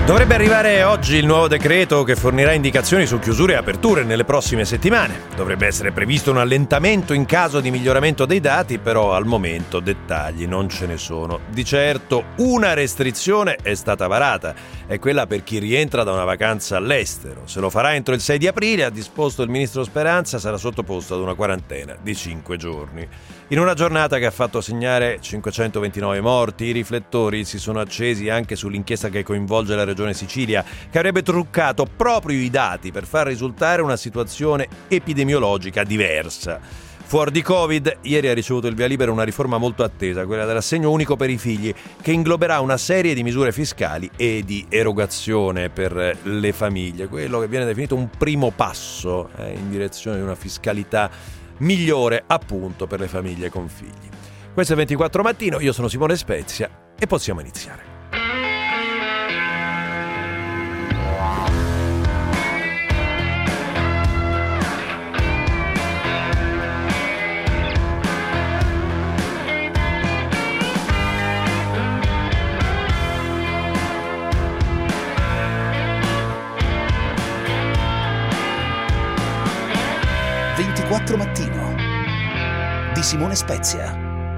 Dovrebbe arrivare oggi il nuovo decreto che fornirà indicazioni su chiusure e aperture nelle prossime settimane. Dovrebbe essere previsto un allentamento in caso di miglioramento dei dati, però al momento dettagli non ce ne sono. Di certo una restrizione è stata varata, è quella per chi rientra da una vacanza all'estero. Se lo farà entro il 6 di aprile, ha disposto il ministro Speranza, sarà sottoposto ad una quarantena di 5 giorni. In una giornata che ha fatto segnare 529 morti, i riflettori si sono accesi anche sull'inchiesta che coinvolge la Regione Sicilia, che avrebbe truccato proprio i dati per far risultare una situazione epidemiologica diversa. Fuori di Covid, ieri ha ricevuto il via libera una riforma molto attesa, quella dell'assegno unico per i figli, che ingloberà una serie di misure fiscali e di erogazione per le famiglie, quello che viene definito un primo passo in direzione di una fiscalità migliore appunto per le famiglie con figli. Questo è 24 Mattino, io sono Simone Spezia e possiamo iniziare. Mattino di Simone Spezia.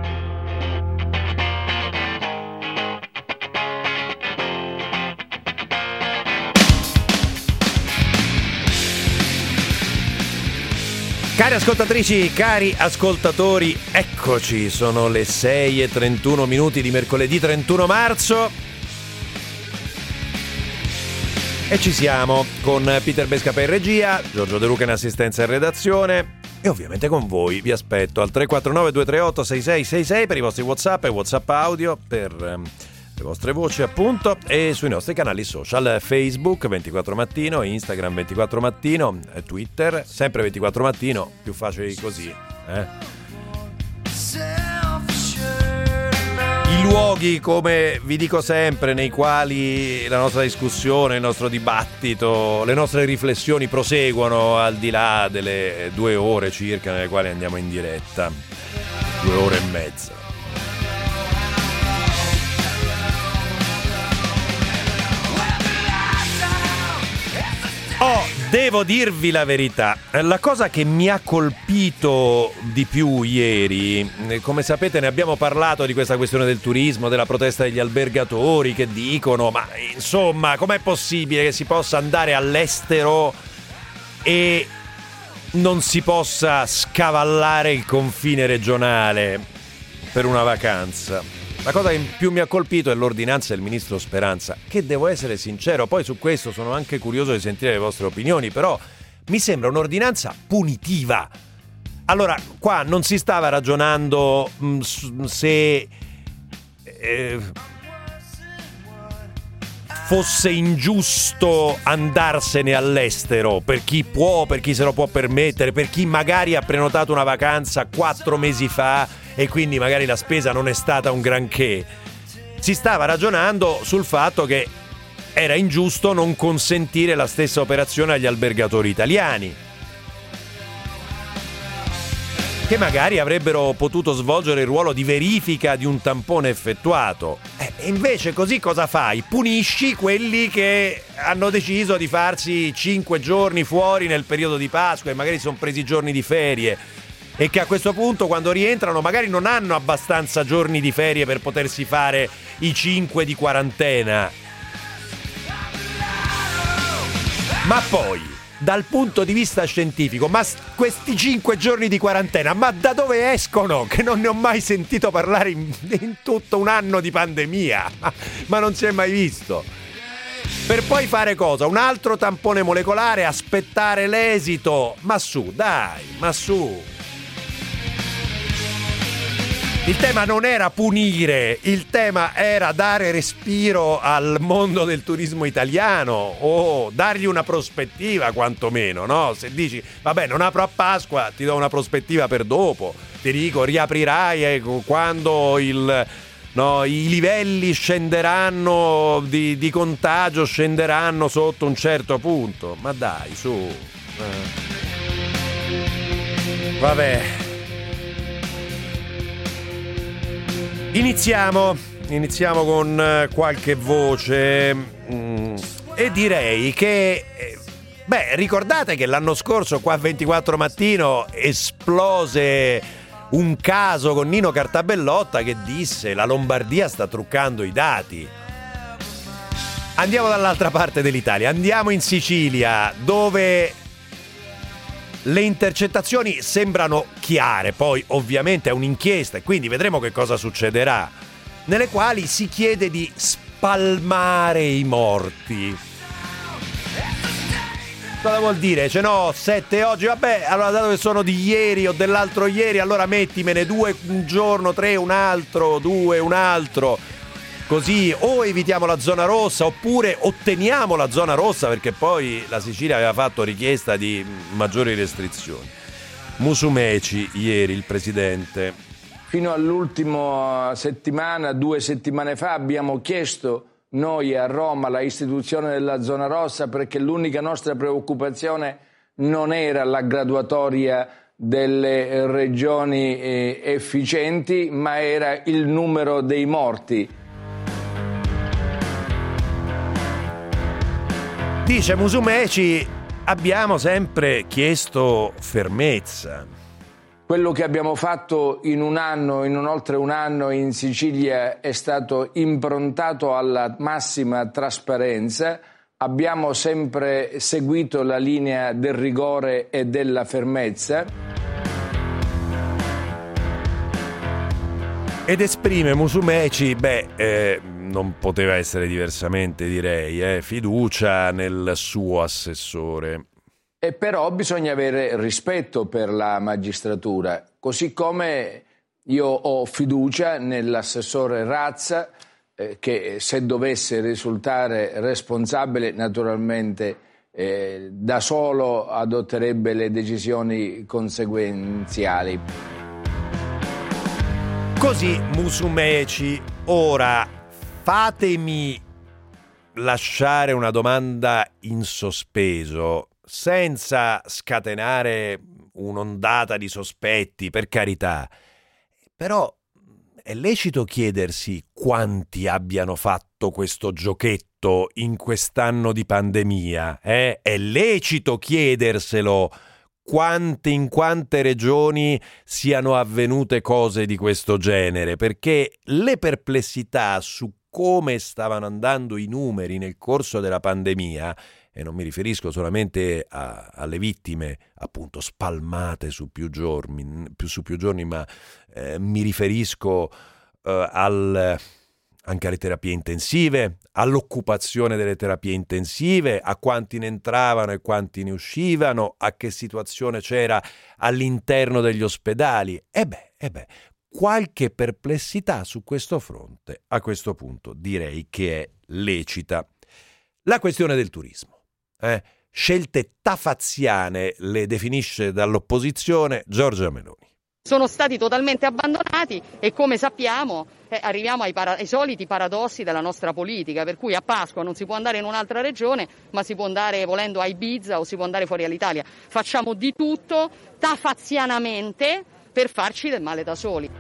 Cari ascoltatrici, cari ascoltatori, eccoci, sono le 6:31 di mercoledì 31 marzo e ci siamo con Peter Bescapa in regia, Giorgio De Luca in assistenza e redazione. E ovviamente con voi vi aspetto al 349-238-6666 per i vostri WhatsApp e WhatsApp audio, per le vostre voci appunto, e sui nostri canali social, Facebook 24 Mattino, Instagram 24 Mattino, Twitter sempre 24 Mattino, più facile di così. I luoghi, come vi dico sempre, nei quali la nostra discussione, il nostro dibattito, le nostre riflessioni proseguono al di là delle 2 ore circa nelle quali andiamo in diretta. 2 ore e mezza. Devo dirvi la verità, la cosa che mi ha colpito di più ieri, come sapete ne abbiamo parlato di questa questione del turismo, della protesta degli albergatori che dicono, ma insomma, com'è possibile che si possa andare all'estero e non si possa scavallare il confine regionale per una vacanza? La cosa che più mi ha colpito è l'ordinanza del ministro Speranza, che devo essere sincero, poi su questo sono anche curioso di sentire le vostre opinioni, però mi sembra un'ordinanza punitiva. Allora, qua non si stava ragionando se fosse ingiusto andarsene all'estero, per chi può, per chi se lo può permettere, per chi magari ha prenotato una vacanza 4 mesi fa e quindi magari la spesa non è stata un granché. Si stava ragionando sul fatto che era ingiusto non consentire la stessa operazione agli albergatori italiani, che magari avrebbero potuto svolgere il ruolo di verifica di un tampone effettuato. E invece così cosa fai? Punisci quelli che hanno deciso di farsi 5 giorni fuori nel periodo di Pasqua e magari sono presi giorni di ferie e che a questo punto quando rientrano magari non hanno abbastanza giorni di ferie per potersi fare i 5 di quarantena. Ma poi, dal punto di vista scientifico, ma questi 5 giorni di quarantena, ma da dove escono? Che non ne ho mai sentito parlare in tutto un anno di pandemia, ma non si è mai visto. Per poi fare cosa? Un altro tampone molecolare, aspettare l'esito? Ma su, dai, ma su. Il tema non era punire, il tema era dare respiro al mondo del turismo italiano o dargli una prospettiva quantomeno, no? Se dici, vabbè, non apro a Pasqua, ti do una prospettiva per dopo, ti dico, riaprirai quando i livelli scenderanno di contagio, scenderanno sotto un certo punto. Ma dai, su. Vabbè. Iniziamo. iniziamo con qualche voce e direi che ricordate che l'anno scorso qua a 24 Mattino esplose un caso con Nino Cartabellotta che disse: la Lombardia sta truccando i dati. Andiamo dall'altra parte dell'Italia, andiamo in Sicilia, dove le intercettazioni sembrano chiare, poi ovviamente è un'inchiesta e quindi vedremo che cosa succederà, nelle quali si chiede di spalmare i morti. Cosa vuol dire? Ce n'ho 7 oggi, vabbè, allora dato che sono di ieri o dell'altro ieri, allora mettimene 2 un giorno, 3 un altro, 2 un altro, così o evitiamo la zona rossa oppure otteniamo la zona rossa, perché poi la Sicilia aveva fatto richiesta di maggiori restrizioni. Musumeci ieri, il presidente. Fino all'ultima settimana, 2 settimane fa, abbiamo chiesto noi a Roma la istituzione della zona rossa, perché l'unica nostra preoccupazione non era la graduatoria delle regioni efficienti, ma era il numero dei morti. Dice Musumeci, abbiamo sempre chiesto fermezza. Quello che abbiamo fatto in un anno, in oltre un anno in Sicilia è stato improntato alla massima trasparenza. Abbiamo sempre seguito la linea del rigore e della fermezza. Ed esprime Musumeci, non poteva essere diversamente, direi, fiducia nel suo assessore. E però bisogna avere rispetto per la magistratura, così come io ho fiducia nell'assessore Razza, che se dovesse risultare responsabile naturalmente da solo adotterebbe le decisioni conseguenziali. Così Musumeci. Ora fatemi lasciare una domanda in sospeso, senza scatenare un'ondata di sospetti, per carità. Però è lecito chiedersi quanti abbiano fatto questo giochetto in quest'anno di pandemia, È lecito chiederselo in quante regioni siano avvenute cose di questo genere, perché le perplessità su come stavano andando i numeri nel corso della pandemia, e non mi riferisco solamente alle vittime appunto spalmate su più giorni, ma mi riferisco anche alle terapie intensive, all'occupazione delle terapie intensive, a quanti ne entravano e quanti ne uscivano, a che situazione c'era all'interno degli ospedali. Qualche perplessità su questo fronte a questo punto direi che è lecita. La questione del turismo. Scelte tafaziane le definisce dall'opposizione Giorgia Meloni. Sono stati totalmente abbandonati e, come sappiamo, arriviamo ai soliti paradossi della nostra politica, per cui a Pasqua non si può andare in un'altra regione, ma si può andare volendo a Ibiza o si può andare fuori all'Italia. Facciamo di tutto tafazianamente per farci del male da soli.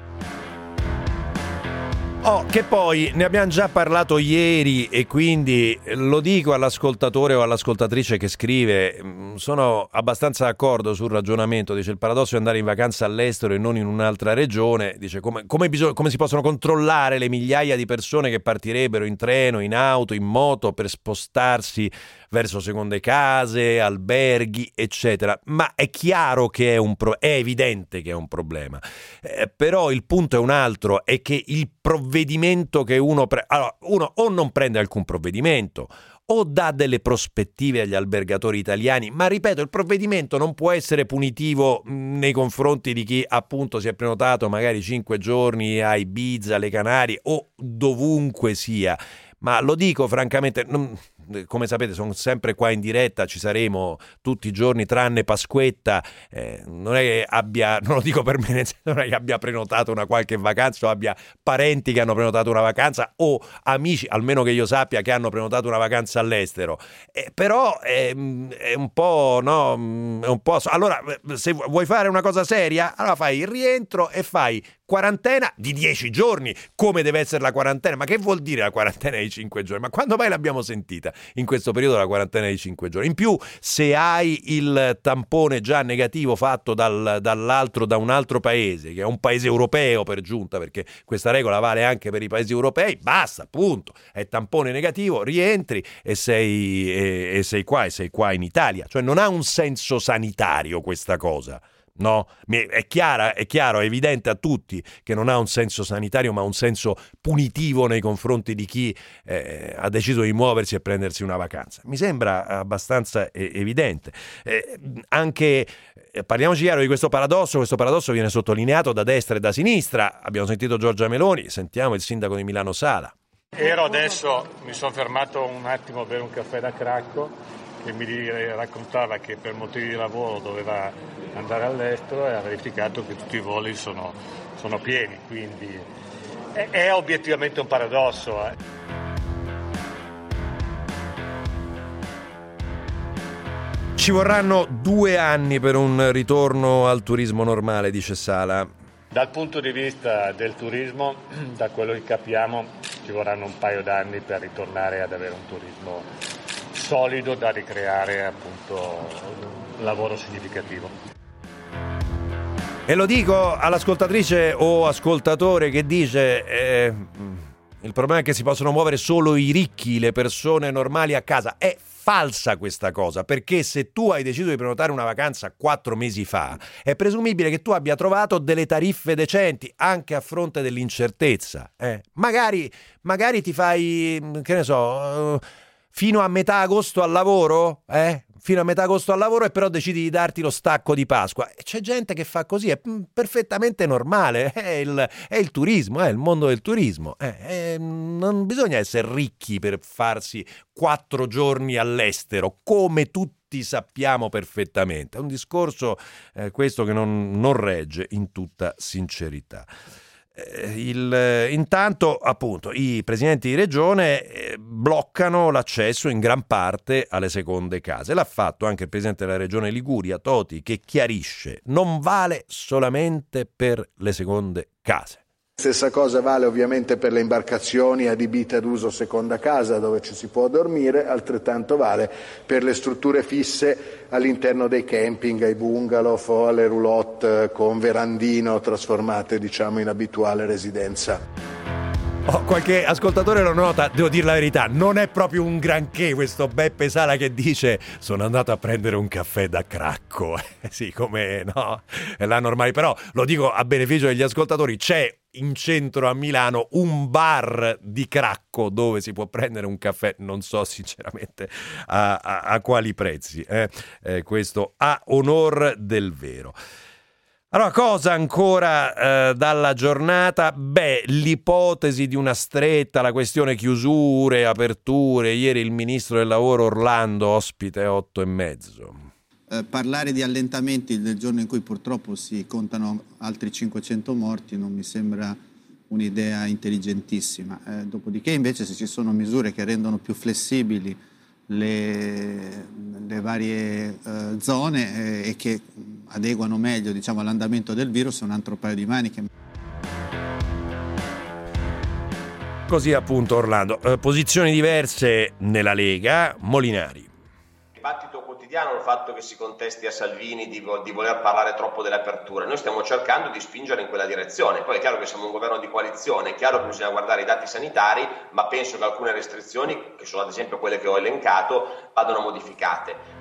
Che poi ne abbiamo già parlato ieri e quindi lo dico all'ascoltatore o all'ascoltatrice che scrive, sono abbastanza d'accordo sul ragionamento, dice il paradosso è andare in vacanza all'estero e non in un'altra regione, dice come si possono controllare le migliaia di persone che partirebbero in treno, in auto, in moto per spostarsi verso seconde case, alberghi, eccetera. Ma è chiaro che è evidente che è un problema. Però il punto è un altro, è che il provvedimento che uno o non prende alcun provvedimento o dà delle prospettive agli albergatori italiani, ma ripeto, il provvedimento non può essere punitivo nei confronti di chi appunto si è prenotato magari 5 giorni a Ibiza, alle Canarie o dovunque sia. Ma lo dico francamente, come sapete sono sempre qua in diretta, ci saremo tutti i giorni tranne Pasquetta, non è che non lo dico per me, non è che abbia prenotato una qualche vacanza o abbia parenti che hanno prenotato una vacanza o amici, almeno che io sappia, che hanno prenotato una vacanza all'estero, però è un po', no? È un po'. Allora, se vuoi fare una cosa seria, allora fai il rientro e fai quarantena di 10 giorni, come deve essere la quarantena. Ma che vuol dire la quarantena di 5 giorni? Ma quando mai l'abbiamo sentita in questo periodo la quarantena di 5 giorni? In più, se hai il tampone già negativo fatto da un altro paese, che è un paese europeo per giunta, perché questa regola vale anche per i paesi europei, basta, punto. È tampone negativo, rientri e sei qua in Italia. Cioè non ha un senso sanitario questa cosa. No, è chiaro, è evidente a tutti che non ha un senso sanitario, ma un senso punitivo nei confronti di chi ha deciso di muoversi e prendersi una vacanza. Mi sembra abbastanza evidente. Anche parliamoci chiaro di questo paradosso viene sottolineato da destra e da sinistra. Abbiamo sentito Giorgia Meloni, sentiamo il sindaco di Milano Sala. Mi sono fermato un attimo a bere un caffè da Cracco, che mi raccontava che per motivi di lavoro doveva andare all'estero e ha verificato che tutti i voli sono pieni, quindi è obiettivamente un paradosso. Ci vorranno 2 anni per un ritorno al turismo normale, dice Sala. Dal punto di vista del turismo, da quello che capiamo, ci vorranno un paio d'anni per ritornare ad avere un turismo solido da ricreare appunto un lavoro significativo. E lo dico all'ascoltatrice o ascoltatore che dice il problema è che si possono muovere solo i ricchi, le persone normali a casa. È falsa questa cosa, perché se tu hai deciso di prenotare una vacanza 4 mesi fa, è presumibile che tu abbia trovato delle tariffe decenti anche a fronte dell'incertezza. Magari ti fai, che ne so, fino a metà agosto al lavoro, fino a metà agosto al lavoro, e però decidi di darti lo stacco di Pasqua. C'è gente che fa così, è perfettamente normale, è il turismo, è il mondo del turismo. Non bisogna essere ricchi per farsi 4 giorni all'estero, come tutti sappiamo perfettamente. È un discorso questo che non regge in tutta sincerità. Intanto appunto i presidenti di regione bloccano l'accesso in gran parte alle seconde case. L'ha fatto anche il presidente della regione Liguria, Toti, che chiarisce: non vale solamente per le seconde case. Stessa cosa vale ovviamente per le imbarcazioni adibite ad uso seconda casa, dove ci si può dormire, altrettanto vale per le strutture fisse all'interno dei camping, ai bungalow o alle roulotte con verandino trasformate in abituale residenza. Qualche ascoltatore lo nota, devo dire la verità, non è proprio un granché questo Beppe Sala che dice: sono andato a prendere un caffè da Cracco. Sì, come no, è la normale, però lo dico a beneficio degli ascoltatori, c'è in centro a Milano un bar di Cracco dove si può prendere un caffè, non so sinceramente a quali prezzi, questo a onor del vero. Allora, cosa ancora dalla giornata? L'ipotesi di una stretta, la questione chiusure, aperture. Ieri il ministro del lavoro Orlando, ospite 8:30. Parlare di allentamenti del giorno in cui purtroppo si contano altri 500 morti non mi sembra un'idea intelligentissima. Dopodiché invece, se ci sono misure che rendono più flessibili le varie zone e che adeguano meglio all'andamento del virus, è un altro paio di maniche. Così appunto Orlando. Posizioni diverse nella Lega. Molinari. Dibattito quotidiano il fatto che si contesti a Salvini di voler parlare troppo delle aperture. Noi stiamo cercando di spingere in quella direzione. Poi è chiaro che siamo un governo di coalizione, è chiaro che bisogna guardare i dati sanitari, ma penso che alcune restrizioni, che sono ad esempio quelle che ho elencato, vadano modificate.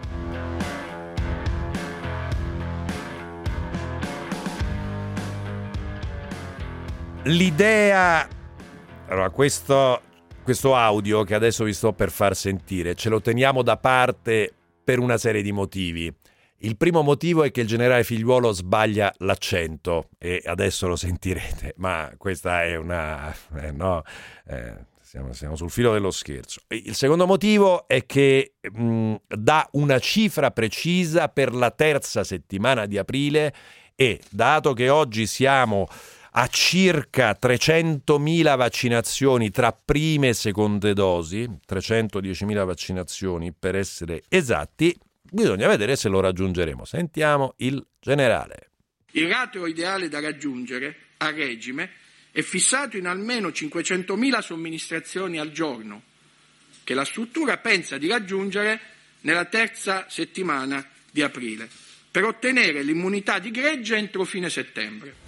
L'idea, allora questo audio che adesso vi sto per far sentire ce lo teniamo da parte per una serie di motivi. Il primo motivo è che il generale Figliuolo sbaglia l'accento e adesso lo sentirete, ma questa è una siamo sul filo dello scherzo. Il secondo motivo è che dà una cifra precisa per la terza settimana di aprile, e dato che oggi siamo a circa 300.000 vaccinazioni tra prime e seconde dosi, 310.000 vaccinazioni per essere esatti, bisogna vedere se lo raggiungeremo. Sentiamo il generale. Il ratio ideale da raggiungere a regime è fissato in almeno 500.000 somministrazioni al giorno, che la struttura pensa di raggiungere nella terza settimana di aprile, per ottenere l'immunità di gregge entro fine settembre.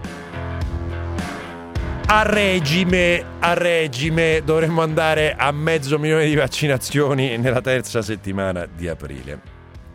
A regime dovremmo andare a 500.000 di vaccinazioni nella terza settimana di aprile.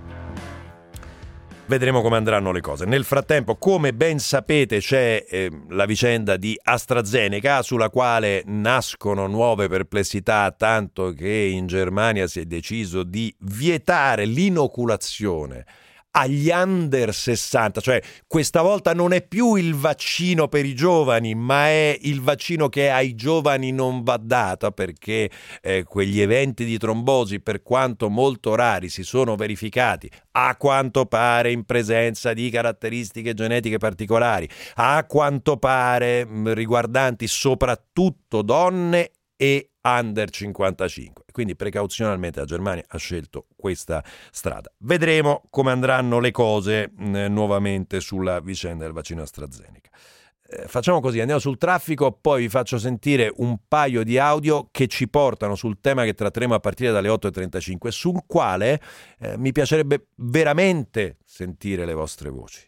Vedremo come andranno le cose. Nel frattempo, come ben sapete, c'è la vicenda di AstraZeneca, sulla quale nascono nuove perplessità, tanto che in Germania si è deciso di vietare l'inoculazione agli under 60, cioè questa volta non è più il vaccino per i giovani, ma è il vaccino che ai giovani non va dato, perché quegli eventi di trombosi, per quanto molto rari, si sono verificati a quanto pare in presenza di caratteristiche genetiche particolari, a quanto pare riguardanti soprattutto donne e under 55. Quindi precauzionalmente la Germania ha scelto questa strada. Vedremo come andranno le cose nuovamente sulla vicenda del vaccino AstraZeneca. Facciamo così, andiamo sul traffico, poi vi faccio sentire un paio di audio che ci portano sul tema che tratteremo a partire dalle 8.35, sul quale mi piacerebbe veramente sentire le vostre voci.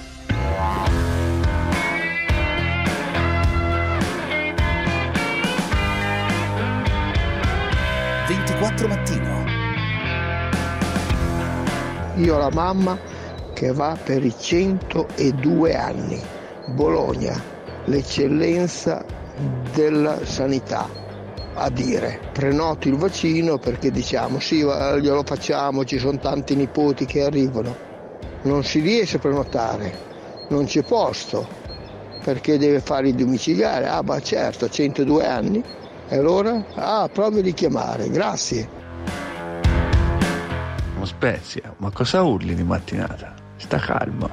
24 Mattino. Io ho la mamma che va per i 102 anni. Bologna, l'eccellenza della sanità. A dire, prenoti il vaccino perché diciamo sì, glielo facciamo, ci sono tanti nipoti che arrivano. Non si riesce a prenotare, non c'è posto, perché deve fare il domiciliare. Ah, ma certo, 102 anni. E allora? Ah, provi a richiamare, grazie. Spezia, ma cosa urli di mattinata? Sta calmo.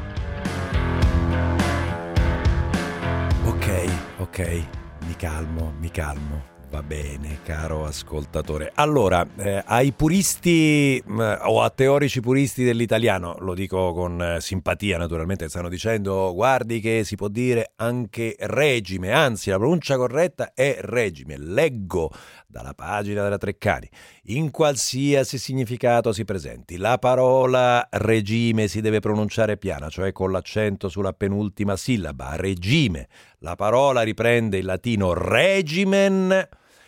Ok, mi calmo. Va bene, caro ascoltatore. Allora, ai puristi o a teorici puristi dell'italiano, lo dico con simpatia naturalmente, stanno dicendo guardi che si può dire anche regime, anzi la pronuncia corretta è regime. Leggo dalla pagina della Treccani: in qualsiasi significato si presenti, la parola regime si deve pronunciare piana, cioè con l'accento sulla penultima sillaba, regime. La parola riprende il latino regimen.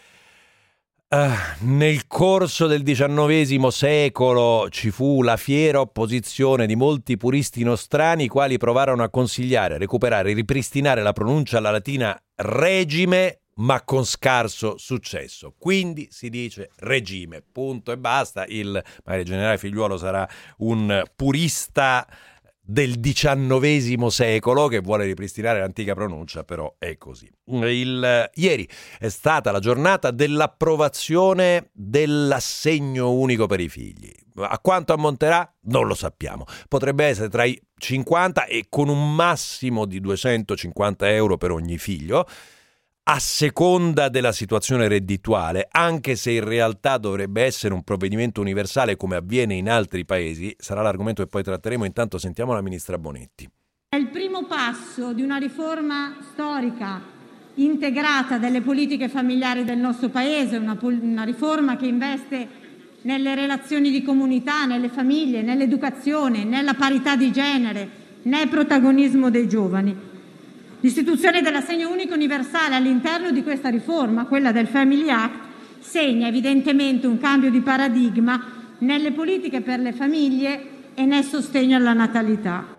Nel corso del XIX secolo ci fu la fiera opposizione di molti puristi nostrani, i quali provarono a consigliare, recuperare, ripristinare la pronuncia alla latina regime, ma con scarso successo. Quindi si dice regime, punto e basta. Il generale Figliuolo sarà un purista del XIX secolo che vuole ripristinare l'antica pronuncia, però è così. Ieri è stata la giornata dell'approvazione dell'assegno unico per i figli. A quanto ammonterà? Non lo sappiamo. Potrebbe essere tra i 50 e con un massimo di 250 euro per ogni figlio, a seconda della situazione reddituale, anche se in realtà dovrebbe essere un provvedimento universale come avviene in altri paesi. Sarà l'argomento che poi tratteremo. Intanto sentiamo la ministra Bonetti. È il primo passo di una riforma storica integrata delle politiche familiari del nostro Paese, una riforma che investe nelle relazioni di comunità, nelle famiglie, nell'educazione, nella parità di genere, nel protagonismo dei giovani. L'istituzione dell'assegno unico universale all'interno di questa riforma, quella del Family Act, segna evidentemente un cambio di paradigma nelle politiche per le famiglie e nel sostegno alla natalità.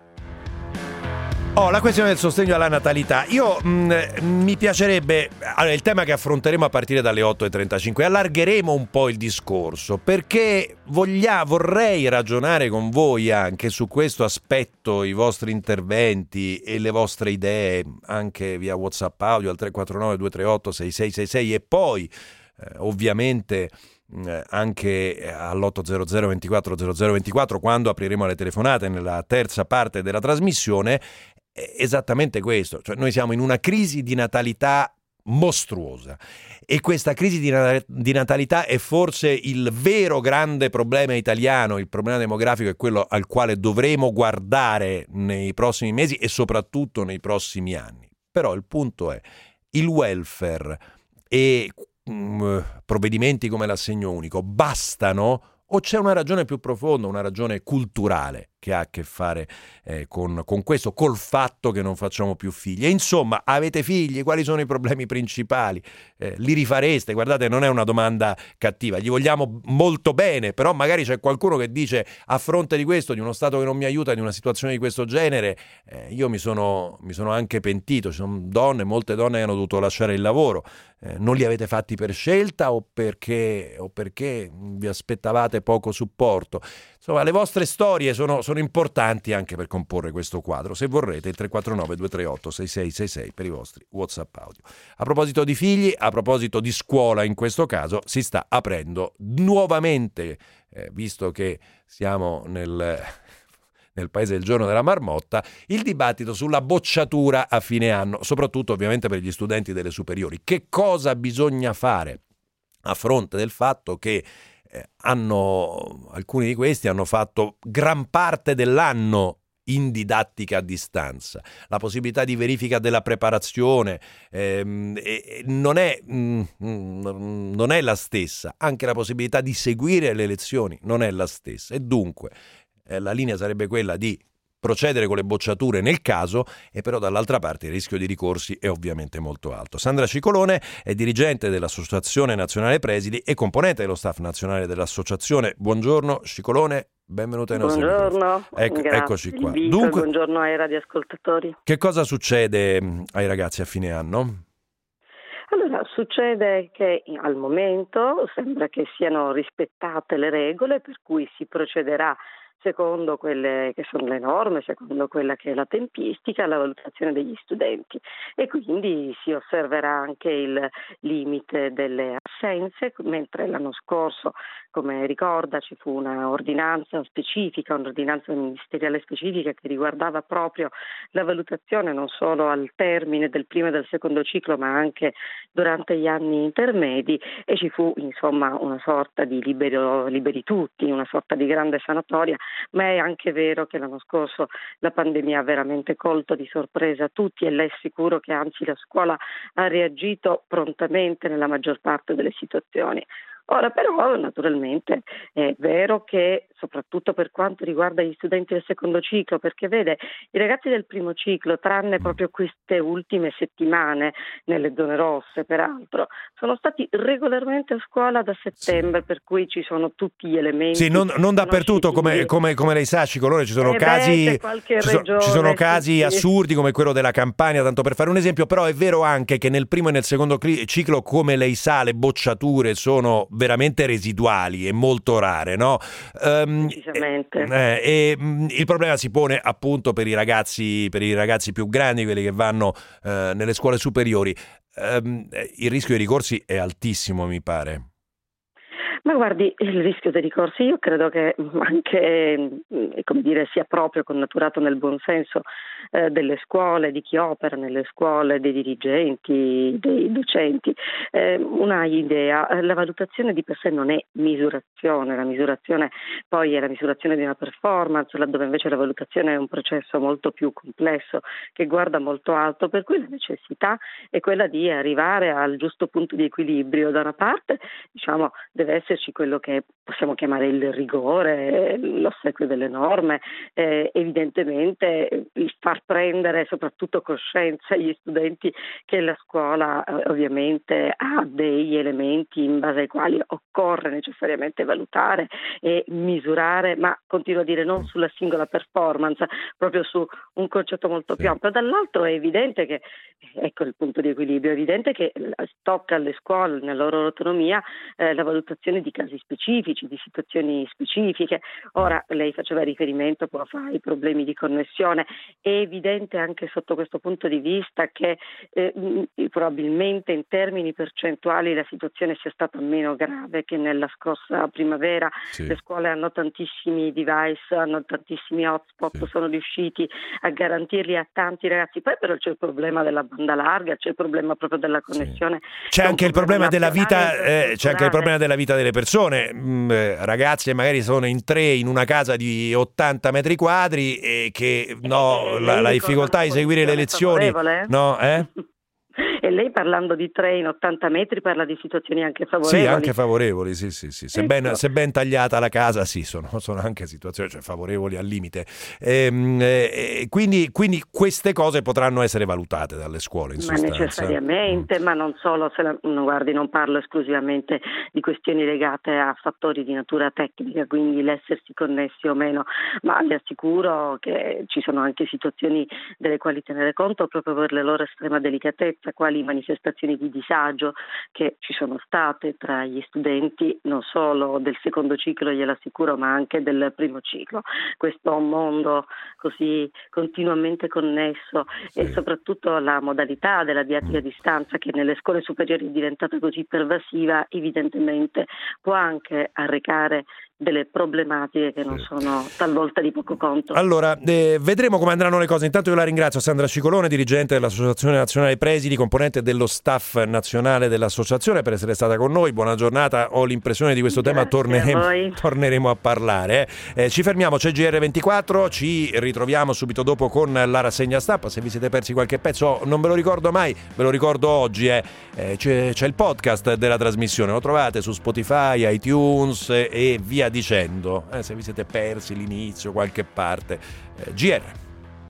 La questione del sostegno alla natalità. Io mi piacerebbe, il tema che affronteremo a partire dalle 8.35, allargheremo un po' il discorso, perché vorrei ragionare con voi anche su questo aspetto, i vostri interventi e le vostre idee, anche via WhatsApp audio al 349 238 6666 e poi ovviamente anche all'800 24 0024 quando apriremo le telefonate nella terza parte della trasmissione. Esattamente questo, cioè noi siamo in una crisi di natalità mostruosa e questa crisi di natalità è forse il vero grande problema italiano. Il problema demografico è quello al quale dovremo guardare nei prossimi mesi e soprattutto nei prossimi anni. Però il punto è, il welfare e provvedimenti come l'assegno unico bastano o c'è una ragione più profonda, una ragione culturale che ha a che fare con questo, col fatto che non facciamo più figli? E insomma, avete figli? Quali sono i problemi principali? Li rifareste? Guardate, non è una domanda cattiva, gli vogliamo molto bene, però magari c'è qualcuno che dice, a fronte di questo, di uno Stato che non mi aiuta, di una situazione di questo genere, io mi sono anche pentito. Ci sono molte donne che hanno dovuto lasciare il lavoro. Non li avete fatti per scelta o perché vi aspettavate poco supporto? Insomma, le vostre storie sono importanti anche per comporre questo quadro. Se vorrete, il 349-238-6666 per i vostri WhatsApp audio. A proposito di figli, a proposito di scuola in questo caso, si sta aprendo nuovamente, visto che siamo nel paese del giorno della marmotta, il dibattito sulla bocciatura a fine anno, soprattutto ovviamente per gli studenti delle superiori. Che cosa bisogna fare a fronte del fatto che alcuni di questi hanno fatto gran parte dell'anno in didattica a distanza? La possibilità di verifica della preparazione non è la stessa, anche la possibilità di seguire le lezioni non è la stessa, e dunque la linea sarebbe quella di procedere con le bocciature nel caso, e però dall'altra parte il rischio di ricorsi è ovviamente molto alto. Sandra Cicolone è dirigente dell'Associazione Nazionale Presidi e componente dello staff nazionale dell'associazione. Buongiorno Cicolone, benvenuta ai nostri microfoni. Buongiorno, eccoci qua. Dunque, buongiorno ai radioascoltatori. Che cosa succede ai ragazzi a fine anno? Allora, succede che al momento sembra che siano rispettate le regole, per cui si procederà secondo quelle che sono le norme, secondo quella che è la tempistica, la valutazione degli studenti, e quindi si osserverà anche il limite delle assenze, mentre l'anno scorso, come ricorda, ci fu un'ordinanza specifica, un'ordinanza ministeriale specifica che riguardava proprio la valutazione non solo al termine del primo e del secondo ciclo, ma anche durante gli anni intermedi, e ci fu insomma una sorta di liberi tutti, una sorta di grande sanatoria. Ma è anche vero che l'anno scorso la pandemia ha veramente colto di sorpresa tutti, e lei è sicuro che anzi la scuola ha reagito prontamente nella maggior parte delle situazioni. Ora però naturalmente è vero che soprattutto per quanto riguarda gli studenti del secondo ciclo, perché vede, i ragazzi del primo ciclo, tranne proprio queste ultime settimane nelle zone rosse peraltro, sono stati regolarmente a scuola da settembre, per cui ci sono tutti gli elementi. Sì, non dappertutto, come lei sa, Cicolone, ci sono casi assurdi come quello della Campania, tanto per fare un esempio, però è vero anche che nel primo e nel secondo ciclo, come lei sa, le bocciature sono veramente residuali e molto rare, no? Decisamente. Il problema si pone appunto per i ragazzi più grandi, quelli che vanno nelle scuole superiori. Il rischio di ricorsi è altissimo, mi pare. Ma guardi, il rischio dei ricorsi io credo che anche, sia proprio connaturato nel buon senso delle scuole, di chi opera nelle scuole, dei dirigenti, dei docenti. Una idea, la valutazione di per sé non è misurazione, la misurazione poi è la misurazione di una performance, laddove invece la valutazione è un processo molto più complesso che guarda molto alto, per cui la necessità è quella di arrivare al giusto punto di equilibrio. Da una parte, deve esserci quello che possiamo chiamare il rigore, l'ossequio delle norme, evidentemente il far prendere soprattutto coscienza agli studenti che la scuola ovviamente ha degli elementi in base ai quali occorre necessariamente valutare e misurare, ma continuo a dire non sulla singola performance, proprio su un concetto molto più ampio. Dall'altro è evidente che, ecco il punto di equilibrio, è evidente che tocca alle scuole nella loro autonomia la valutazione di casi specifici, di situazioni specifiche. Ora lei faceva riferimento poco fa ai problemi di connessione, è evidente anche sotto questo punto di vista che probabilmente in termini percentuali la situazione sia stata meno grave che nella scorsa primavera. Le scuole hanno tantissimi device, hanno tantissimi hotspot, sono riusciti a garantirli a tanti ragazzi. Poi però c'è il problema della banda larga, c'è il problema proprio della connessione. C'è anche il problema della vita, persone, ragazzi magari sono in 3 in una casa di 80 metri quadri e che la difficoltà di seguire le lezioni, no, E lei, parlando di 3 in 80 metri, parla di situazioni anche favorevoli? Sì, anche favorevoli, sì. Se ben tagliata la casa, sì, sono anche situazioni, cioè, favorevoli al limite. Quindi queste cose potranno essere valutate dalle scuole, in sostanza. Ma necessariamente, ma non solo, non parlo esclusivamente di questioni legate a fattori di natura tecnica, quindi l'essersi connessi o meno, ma le assicuro che ci sono anche situazioni delle quali tenere conto proprio per la loro estrema delicatezza, quali manifestazioni di disagio che ci sono state tra gli studenti non solo del secondo ciclo, glielo assicuro, ma anche del primo ciclo. Questo è un mondo così continuamente connesso, e soprattutto la modalità della didattica a distanza, che nelle scuole superiori è diventata così pervasiva, evidentemente può anche arrecare delle problematiche che non sono talvolta di poco conto. Allora, vedremo come andranno le cose. Intanto io la ringrazio, Sandra Cicolone, dirigente dell'Associazione Nazionale Presidi, componente dello staff nazionale dell'associazione, per essere stata con noi. Buona giornata, ho l'impressione di questo tema torneremo a parlare. Ci fermiamo, c'è GR24, ci ritroviamo subito dopo con la rassegna stampa. Se vi siete persi qualche pezzo, non ve lo ricordo mai, ve lo ricordo oggi, c'è il podcast della trasmissione, lo trovate su Spotify, iTunes e via dicendo, se vi siete persi l'inizio, qualche parte. GR.